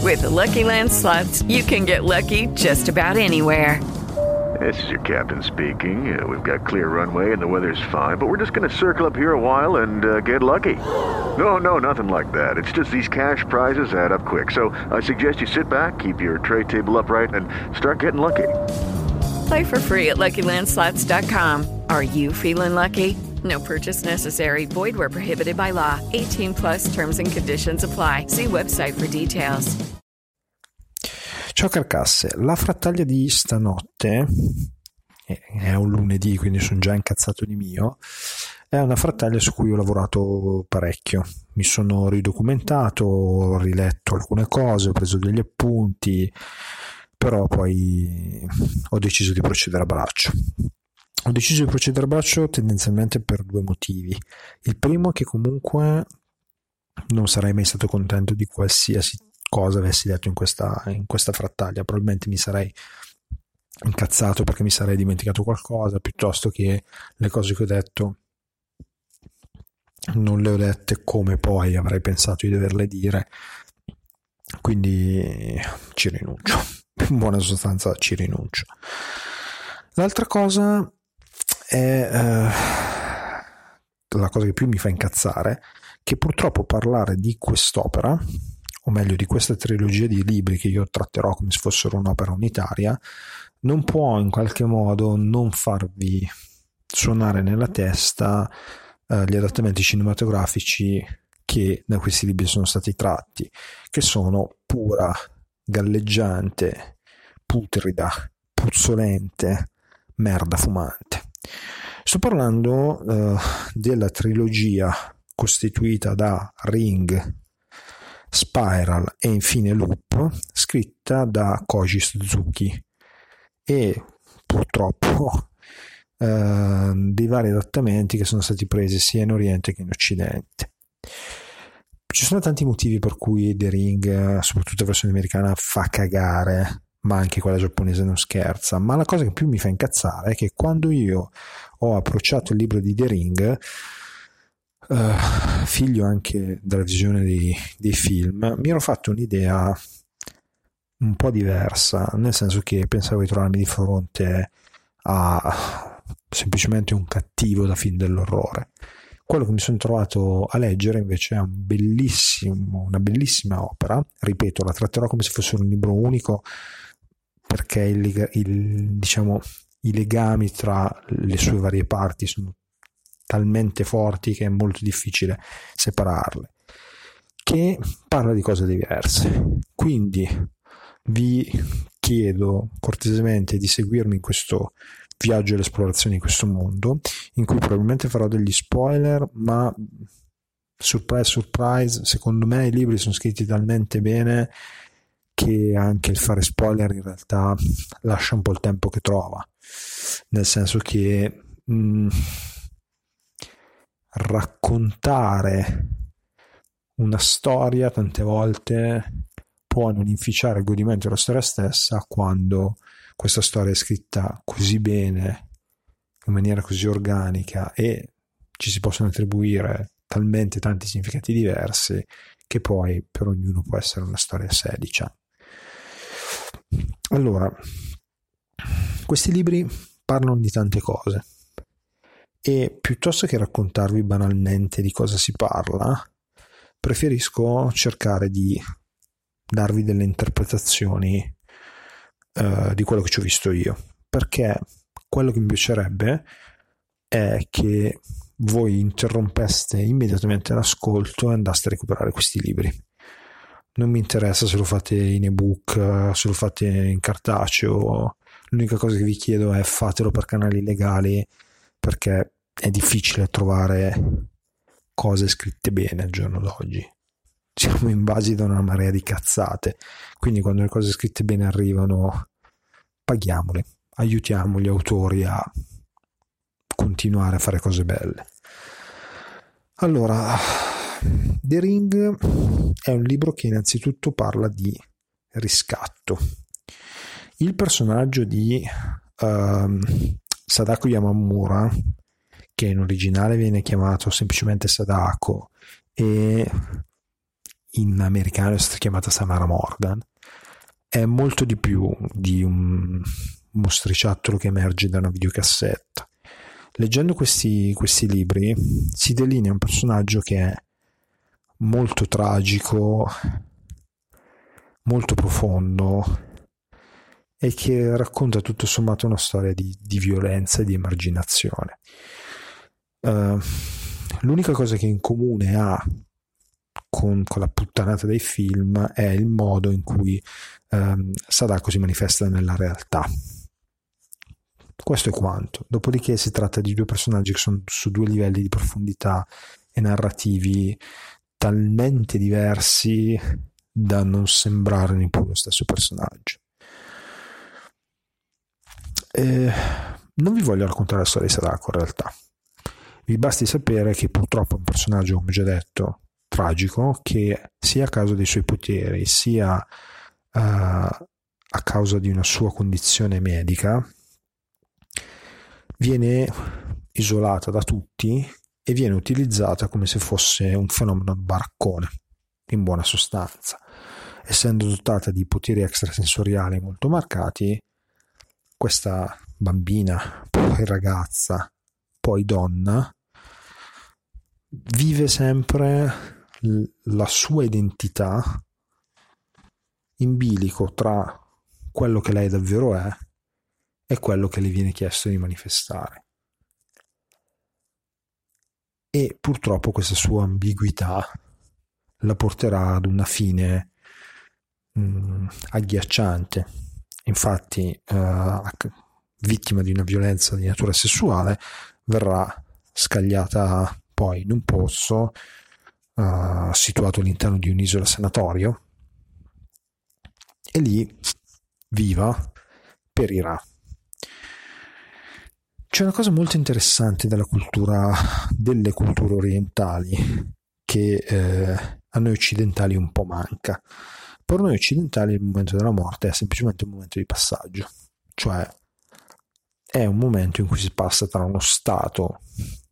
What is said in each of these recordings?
With the Lucky Land Slots, you can get lucky just about anywhere. This is your captain speaking. We've got clear runway and the weather's fine, but we're just going to circle up here a while and get lucky. No, nothing like that. It's just these cash prizes add up quick. So I suggest you sit back, keep your tray table upright, and start getting lucky. Play for free at LuckyLandSlots.com. Are you feeling lucky? No purchase necessary. Void where prohibited by law. 18 plus terms and conditions apply. See website for details. Ciao Carcasse, la frattaglia di stanotte, è un lunedì quindi sono già incazzato di mio, è una frattaglia su cui ho lavorato parecchio. Mi sono ridocumentato, ho riletto alcune cose, ho preso degli appunti, però poi ho deciso di procedere a braccio. Ho deciso di procedere a braccio tendenzialmente per due motivi. Il primo è che comunque non sarei mai stato contento di qualsiasi cosa avessi detto in questa frattaglia. Probabilmente mi sarei incazzato perché mi sarei dimenticato qualcosa, piuttosto che le cose che ho detto non le ho dette come poi avrei pensato di doverle dire, quindi ci rinuncio. In buona sostanza ci rinuncio. L'altra cosa è la cosa che più mi fa incazzare, che purtroppo parlare di quest'opera, o meglio di questa trilogia di libri che io tratterò come se fossero un'opera unitaria, non può in qualche modo non farvi suonare nella testa gli adattamenti cinematografici che da questi libri sono stati tratti, che sono pura, galleggiante, putrida, puzzolente merda fumante. Sto parlando della trilogia costituita da Ring, Spiral e infine Loop, scritta da Koji Suzuki, e purtroppo dei vari adattamenti che sono stati presi sia in Oriente che in Occidente. Ci sono tanti motivi per cui The Ring, soprattutto la versione americana, fa cagare, ma anche quella giapponese non scherza. Ma la cosa che più mi fa incazzare è che quando io ho approcciato il libro di The Ring, figlio anche della visione dei film, mi ero fatto un'idea un po' diversa, nel senso che pensavo di trovarmi di fronte a semplicemente un cattivo da film dell'orrore. Quello che mi sono trovato a leggere invece è una bellissima opera. Ripeto, la tratterò come se fosse un libro unico, perché i legami tra le sue varie parti sono talmente forti che è molto difficile separarle, che parla di cose diverse. Quindi vi chiedo cortesemente di seguirmi in questo viaggio e l'esplorazione di questo mondo, in cui probabilmente farò degli spoiler, ma surprise, secondo me i libri sono scritti talmente bene che anche il fare spoiler in realtà lascia un po' il tempo che trova, nel senso che raccontare una storia tante volte può non inficiare il godimento della storia stessa, quando questa storia è scritta così bene, in maniera così organica, e ci si possono attribuire talmente tanti significati diversi che poi per ognuno può essere una storia a sé, diciamo. Allora, questi libri parlano di tante cose, e piuttosto che raccontarvi banalmente di cosa si parla, preferisco cercare di darvi delle interpretazioni di quello che ci ho visto io, perché quello che mi piacerebbe è che voi interrompeste immediatamente l'ascolto e andaste a recuperare questi libri. Non mi interessa se lo fate in ebook, se lo fate in cartaceo. L'unica cosa che vi chiedo è fatelo per canali legali, perché è difficile trovare cose scritte bene al giorno d'oggi. Siamo invasi da una marea di cazzate, quindi quando le cose scritte bene arrivano, paghiamole, aiutiamo gli autori a continuare a fare cose belle. Allora, The Ring è un libro che innanzitutto parla di riscatto. Il personaggio di Sadako Yamamura, che in originale viene chiamato semplicemente Sadako, e in americano è stata chiamata Samara Morgan, è molto di più di un mostriciattolo che emerge da una videocassetta. Leggendo questi libri si delinea un personaggio che è molto tragico, molto profondo, e che racconta tutto sommato una storia di violenza e di emarginazione. L'unica cosa che in comune ha con la puttanata dei film è il modo in cui Sadako si manifesta nella realtà. Questo è quanto. Dopodiché si tratta di due personaggi che sono su due livelli di profondità e narrativi talmente diversi da non sembrare neppure lo stesso personaggio. Non vi voglio raccontare la storia di Sadako, in realtà. Vi basti sapere che purtroppo è un personaggio, come già detto, tragico, che sia a causa dei suoi poteri, sia a causa di una sua condizione medica, viene isolata da tutti e viene utilizzata come se fosse un fenomeno baraccone, in buona sostanza. Essendo dotata di poteri extrasensoriali molto marcati, questa bambina, poi ragazza, poi donna, vive sempre la sua identità in bilico tra quello che lei davvero è e quello che le viene chiesto di manifestare. E purtroppo questa sua ambiguità la porterà ad una fine agghiacciante. Infatti, vittima di una violenza di natura sessuale, verrà scagliata poi in un pozzo situato all'interno di un'isola sanatorio, e lì, viva, perirà. C'è una cosa molto interessante delle culture orientali che a noi occidentali un po' manca. Per noi occidentali il momento della morte è semplicemente un momento di passaggio, cioè è un momento in cui si passa tra uno stato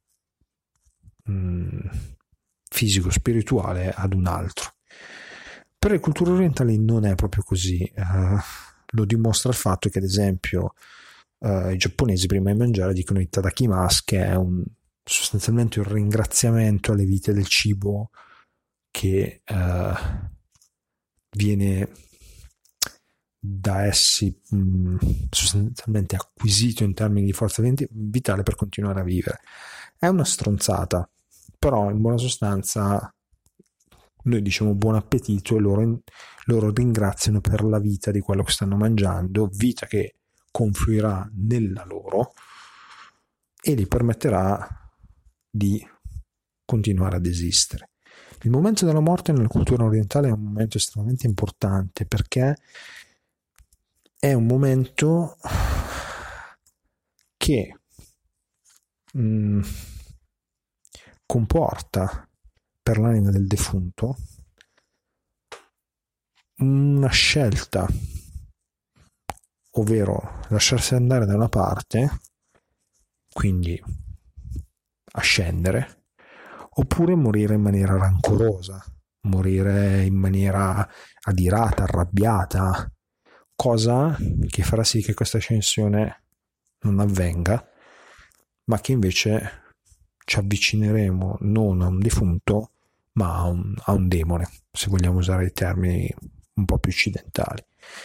fisico-spirituale ad un altro. Per le culture orientali non è proprio così. Lo dimostra il fatto che, ad esempio, i giapponesi prima di mangiare dicono itadakimasu, che è sostanzialmente un ringraziamento alle vite del cibo che viene da essi sostanzialmente acquisito in termini di forza vitale per continuare a vivere. È una stronzata, però in buona sostanza noi diciamo buon appetito e loro ringraziano per la vita di quello che stanno mangiando, vita che confluirà nella loro e gli permetterà di continuare ad esistere. Il momento della morte nella cultura orientale è un momento estremamente importante, perché è un momento che comporta per l'anima del defunto una scelta, ovvero lasciarsi andare da una parte, quindi ascendere, oppure morire in maniera rancorosa, morire in maniera adirata, arrabbiata, cosa che farà sì che questa ascensione non avvenga, ma che invece ci avvicineremo non a un defunto, ma a un demone, se vogliamo usare i termini un po' più occidentali.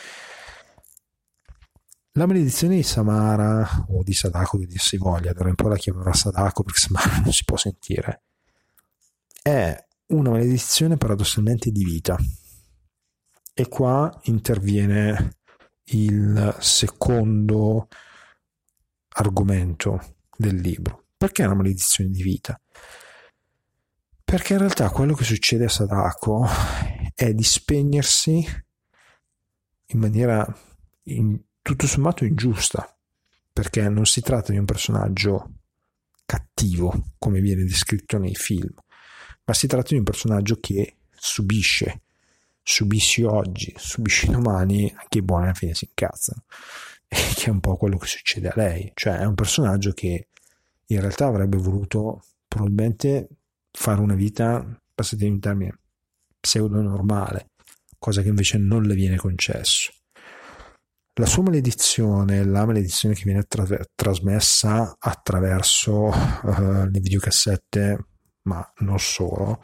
La maledizione di Samara, o di Sadako, che dir si voglia, d'ora in poi la chiamerò Sadako perché Samara non si può sentire, è una maledizione paradossalmente di vita. E qua interviene il secondo argomento del libro. Perché è una maledizione di vita? Perché in realtà quello che succede a Sadako è di spegnersi in maniera tutto sommato ingiusta, perché non si tratta di un personaggio cattivo come viene descritto nei film, ma si tratta di un personaggio che subisci oggi, subisci domani, anche i buoni alla fine si incazzano, e che è un po' quello che succede a lei. Cioè è un personaggio che in realtà avrebbe voluto probabilmente fare una vita, passatemi in termine, pseudo normale, cosa che invece non le viene concesso. La sua maledizione, la maledizione che viene trasmessa attraverso le videocassette, ma non solo,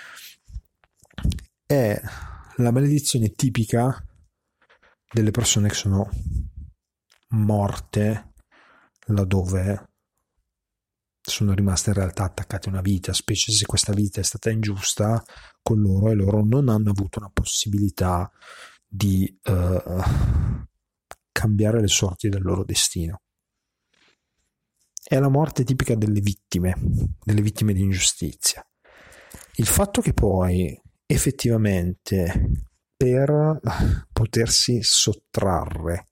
è la maledizione tipica delle persone che sono morte laddove sono rimaste in realtà attaccate a una vita, specie se questa vita è stata ingiusta con loro e loro non hanno avuto una possibilità di cambiare le sorti del loro destino. È la morte tipica delle vittime di ingiustizia. Il fatto che poi effettivamente per potersi sottrarre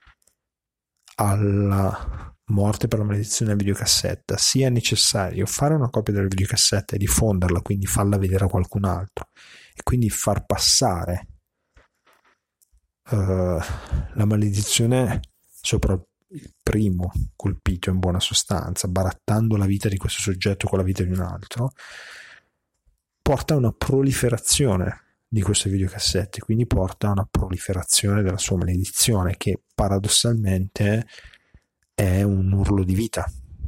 alla morte per la maledizione della videocassetta sia necessario fare una copia della videocassetta e diffonderla, quindi farla vedere a qualcun altro e quindi far passare la maledizione sopra il primo colpito, in buona sostanza, barattando la vita di questo soggetto con la vita di un altro, porta a una proliferazione di queste videocassette, quindi porta a una proliferazione della sua maledizione, che paradossalmente è un urlo di vita.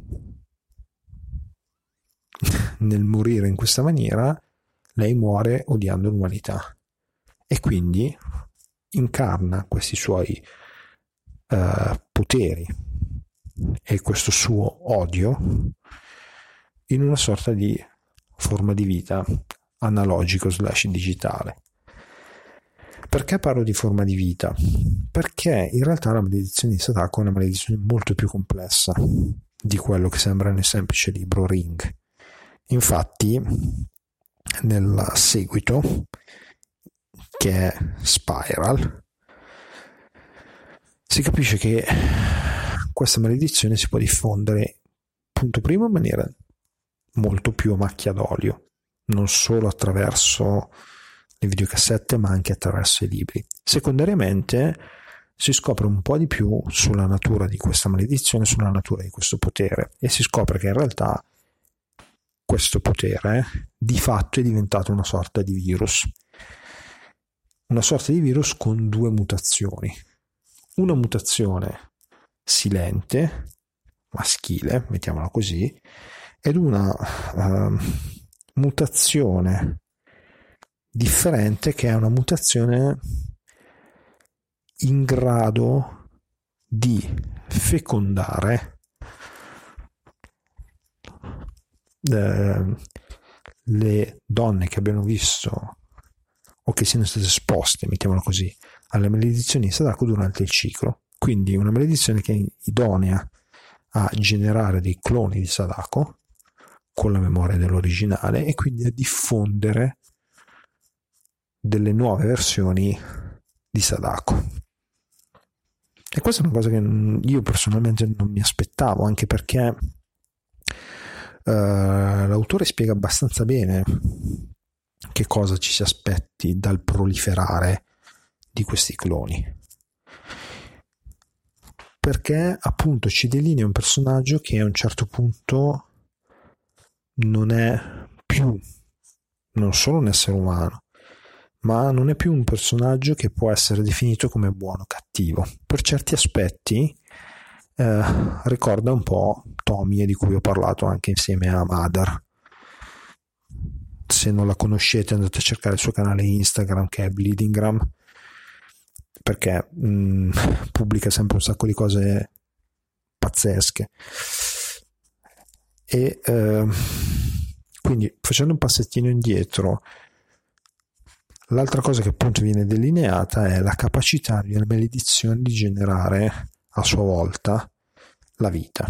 Nel morire in questa maniera lei muore odiando l'umanità e quindi incarna questi suoi poteri e questo suo odio in una sorta di forma di vita analogico / digitale. Perché parlo di forma di vita? Perché in realtà la maledizione di Sadako è una maledizione molto più complessa di quello che sembra nel semplice libro Ring. Infatti, nel seguito, che è Spiral, si capisce che questa maledizione si può diffondere, punto primo, in maniera molto più a macchia d'olio, non solo attraverso le videocassette ma anche attraverso i libri. Secondariamente si scopre un po' di più sulla natura di questa maledizione, sulla natura di questo potere, e si scopre che in realtà questo potere di fatto è diventato una sorta di virus con due mutazioni: una mutazione silente, maschile, mettiamola così, ed una mutazione differente, che è una mutazione in grado di fecondare le donne che abbiano visto o che siano state esposte, mettiamola così, alle maledizioni di Sadako durante il ciclo. Quindi una maledizione che è idonea a generare dei cloni di Sadako con la memoria dell'originale e quindi a diffondere delle nuove versioni di Sadako. E questa è una cosa che io personalmente non mi aspettavo, anche perché l'autore spiega abbastanza bene che cosa ci si aspetti dal proliferare di questi cloni, perché appunto ci delinea un personaggio che a un certo punto non è più non solo un essere umano, ma non è più un personaggio che può essere definito come buono o cattivo. Per certi aspetti ricorda un po' Tomie, di cui ho parlato anche insieme a Mother. Se non la conoscete, andate a cercare il suo canale Instagram, che è Bleedingram, perché pubblica sempre un sacco di cose pazzesche. E quindi, facendo un passettino indietro, l'altra cosa che appunto viene delineata è la capacità di una maledizione di generare a sua volta la vita.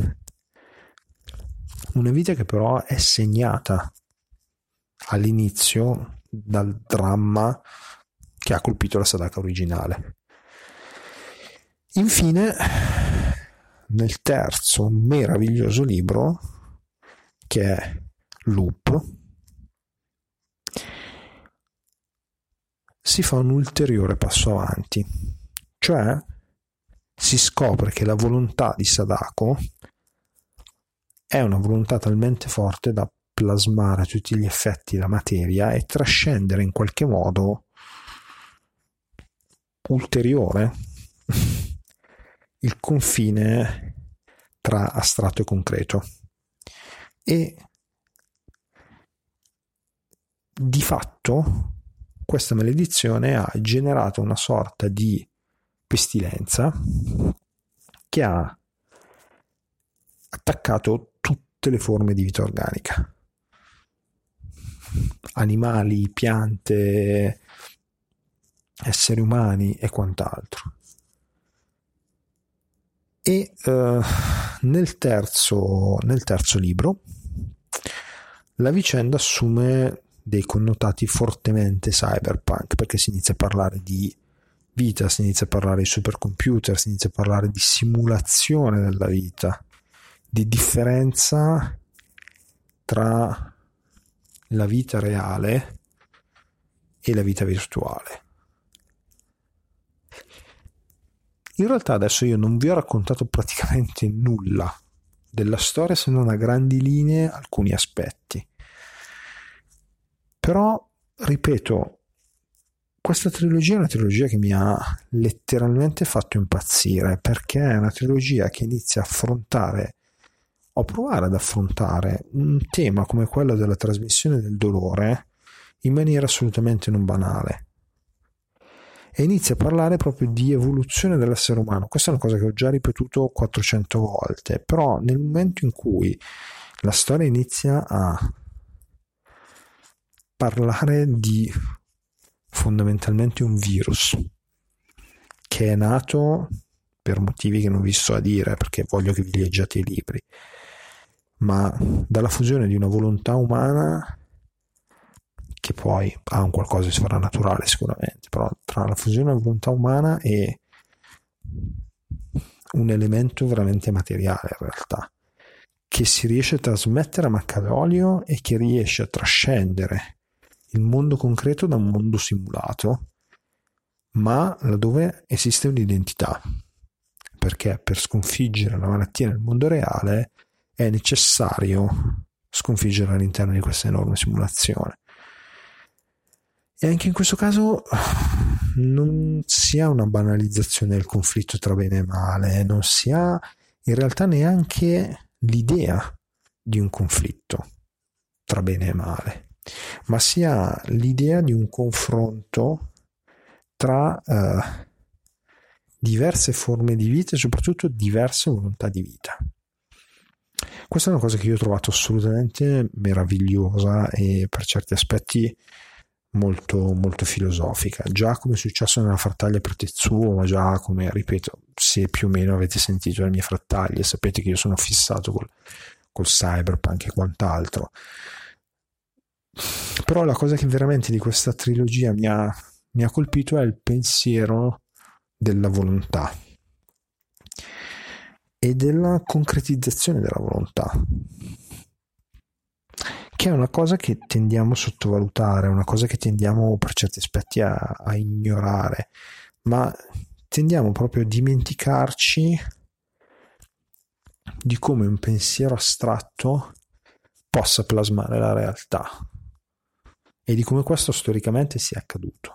Una vita che però è segnata all'inizio dal dramma che ha colpito la Sadako originale. Infine, nel terzo meraviglioso libro, che è Loop, si fa un ulteriore passo avanti, cioè si scopre che la volontà di Sadako è una volontà talmente forte da plasmare a tutti gli effetti la materia e trascendere in qualche modo ulteriore il confine tra astratto e concreto. E di fatto questa maledizione ha generato una sorta di pestilenza che ha attaccato tutte le forme di vita organica, animali, piante, esseri umani e quant'altro. E nel terzo libro la vicenda assume dei connotati fortemente cyberpunk, perché si inizia a parlare di vita, si inizia a parlare di supercomputer, si inizia a parlare di simulazione della vita, di differenza tra la vita reale e la vita virtuale. In realtà adesso io non vi ho raccontato praticamente nulla della storia, se non a grandi linee alcuni aspetti. Però, ripeto, questa trilogia è una trilogia che mi ha letteralmente fatto impazzire, perché è una trilogia che inizia a affrontare o provare ad affrontare un tema come quello della trasmissione del dolore in maniera assolutamente non banale. E inizia a parlare proprio di evoluzione dell'essere umano. Questa è una cosa che ho già ripetuto 400 volte, però nel momento in cui la storia inizia a parlare di fondamentalmente un virus che è nato per motivi che non vi sto a dire perché voglio che vi leggiate i libri, ma dalla fusione di una volontà umana che poi ha un qualcosa di sovrannaturale sicuramente, però tra la fusione della volontà umana e un elemento veramente materiale in realtà, che si riesce a trasmettere a Maccadolio e che riesce a trascendere il mondo concreto da un mondo simulato, ma laddove esiste un'identità, perché per sconfiggere la malattia nel mondo reale è necessario sconfiggere all'interno di questa enorme simulazione. E anche in questo caso non si ha una banalizzazione del conflitto tra bene e male, non si ha in realtà neanche l'idea di un conflitto tra bene e male, ma si ha l'idea di un confronto tra diverse forme di vita e soprattutto diverse volontà di vita. Questa è una cosa che io ho trovato assolutamente meravigliosa e per certi aspetti molto molto filosofica, già come è successo nella frattaglia per Tetsuo, ma già come, ripeto, se più o meno avete sentito le mie frattaglie sapete che io sono fissato col cyberpunk e quant'altro. Però la cosa che veramente di questa trilogia mi ha colpito è il pensiero della volontà e della concretizzazione della volontà, che è una cosa che tendiamo a sottovalutare, una cosa che tendiamo per certi aspetti a ignorare, ma tendiamo proprio a dimenticarci di come un pensiero astratto possa plasmare la realtà e di come questo storicamente sia accaduto.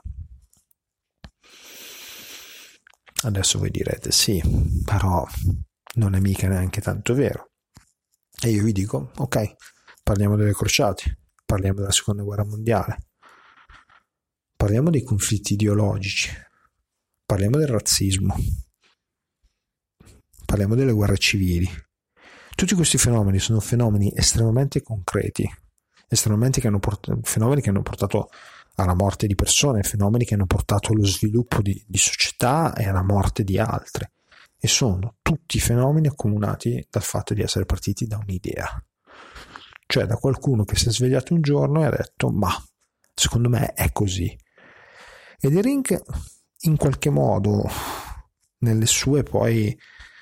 Adesso voi direte sì, però non è mica neanche tanto vero. E io vi dico, ok, parliamo delle crociate, parliamo della seconda guerra mondiale, parliamo dei conflitti ideologici, parliamo del razzismo, parliamo delle guerre civili. Tutti questi fenomeni sono fenomeni estremamente concreti, fenomeni che hanno portato alla morte di persone, fenomeni che hanno portato allo sviluppo di società e alla morte di altre, e sono tutti fenomeni accomunati dal fatto di essere partiti da un'idea, cioè da qualcuno che si è svegliato un giorno e ha detto ma secondo me è così. E The Ring in qualche modo nelle sue poi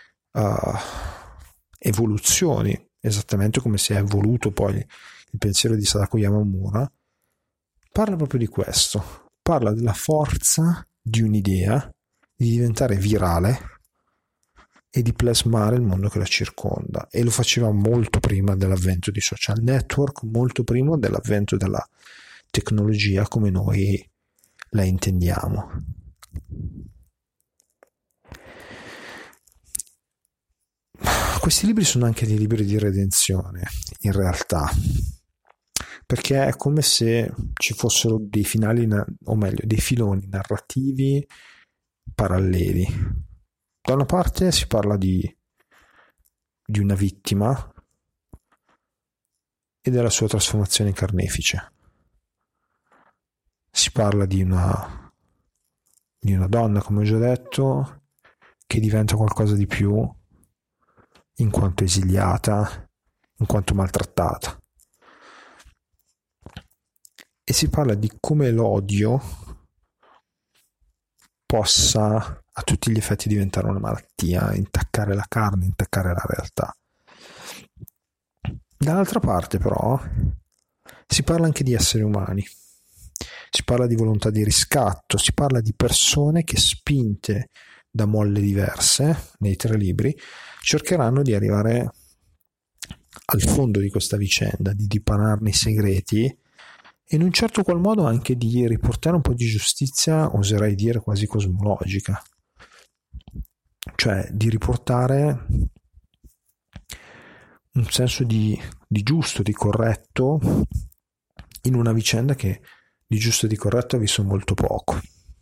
evoluzioni, esattamente come si è evoluto poi il pensiero di Sadako Yamamura, parla proprio di questo, parla della forza di un'idea di diventare virale e di plasmare il mondo che la circonda, e lo faceva molto prima dell'avvento di social network, molto prima dell'avvento della tecnologia come noi la intendiamo. Questi libri sono anche dei libri di redenzione, in realtà, perché è come se ci fossero dei finali, o meglio, dei filoni narrativi paralleli. Da una parte si parla di una vittima e della sua trasformazione in carnefice. Si parla di una donna, come ho già detto, che diventa qualcosa di più in quanto esiliata, in quanto maltrattata. E si parla di come l'odio possa a tutti gli effetti diventare una malattia, intaccare la carne, intaccare la realtà. Dall'altra parte però si parla anche di esseri umani, si parla di volontà di riscatto, si parla di persone che, spinte da molle diverse nei 3 libri, cercheranno di arrivare al fondo di questa vicenda, di dipanarne i segreti e in un certo qual modo anche di riportare un po' di giustizia, oserei dire quasi cosmologica, cioè di riportare un senso di giusto, di corretto in una vicenda che di giusto e di corretto ha visto molto poco.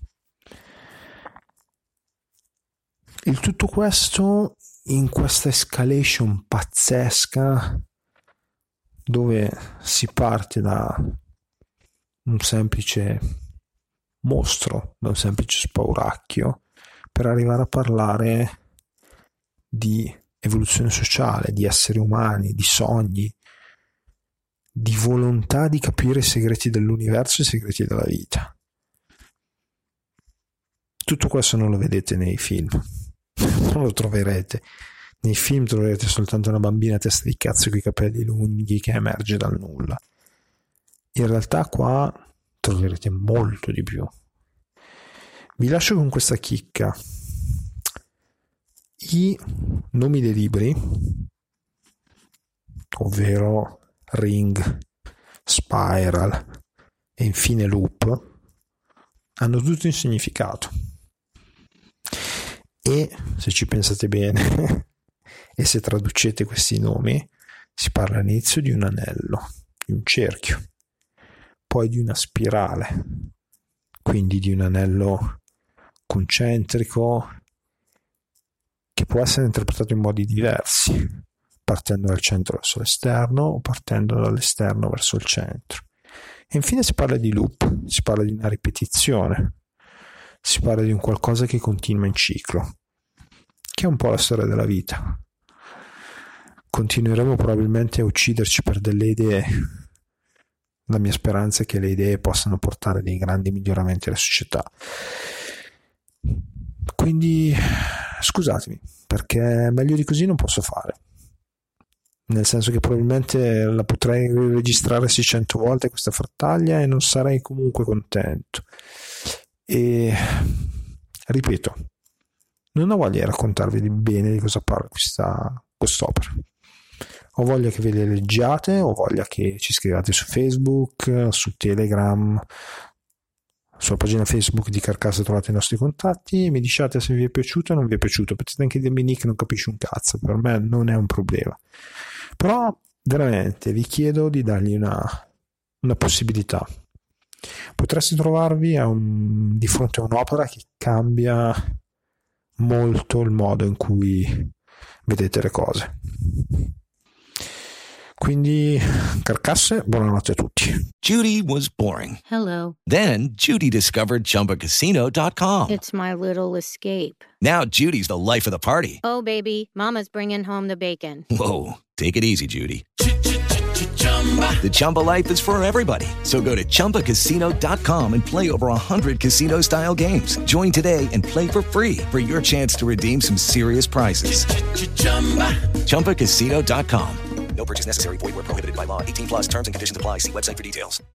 Il tutto questo in questa escalation pazzesca dove si parte da un semplice mostro, da un semplice spauracchio, per arrivare a parlare di evoluzione sociale, di esseri umani, di sogni, di volontà di capire i segreti dell'universo e i segreti della vita. Tutto questo non lo vedete nei film, non lo troverete. Nei film troverete soltanto una bambina a testa di cazzo con i capelli lunghi che emerge dal nulla. In realtà qua troverete molto di più. Vi lascio con questa chicca. I nomi dei libri, ovvero Ring, Spiral e infine Loop, hanno tutto un significato. E se ci pensate bene e se traducete questi nomi, si parla all'inizio di un anello, di un cerchio, poi di una spirale, quindi di un anello concentrico che può essere interpretato in modi diversi, partendo dal centro verso l'esterno o partendo dall'esterno verso il centro. E infine si parla di loop, si parla di una ripetizione, si parla di un qualcosa che continua in ciclo, che è un po' la storia della vita. Continueremo probabilmente a ucciderci per delle idee. La mia speranza è che le idee possano portare dei grandi miglioramenti alla società. Quindi scusatemi, perché meglio di così non posso fare. Nel senso che probabilmente la potrei registrare 600 volte questa frattaglia e non sarei comunque contento. E ripeto, non ho voglia di raccontarvi bene di cosa parla quest'opera. Ho voglia che ve le leggiate, ho voglia che ci scrivate su Facebook, su Telegram, sulla pagina Facebook di Carcassa trovate i nostri contatti, mi diciate se vi è piaciuto o non vi è piaciuto. Potete anche dirmi Nick non capisci un cazzo, per me non è un problema, però veramente vi chiedo di dargli una possibilità. Potreste trovarvi di fronte a un'opera che cambia molto il modo in cui vedete le cose. Quindi, carcasse, buonanotte a tutti. Judy was boring. Hello. Then Judy discovered ChumbaCasino.com. It's my little escape. Now Judy's the life of the party. Oh, baby, mama's bringing home the bacon. Whoa, take it easy, Judy. The Chumba life is for everybody. So go to ChumbaCasino.com and play over 100 casino-style games. Join today and play for free for your chance to redeem some serious prizes. ChumbaCasino.com. No purchase necessary. Void where prohibited by law. 18+ terms and conditions apply. See website for details.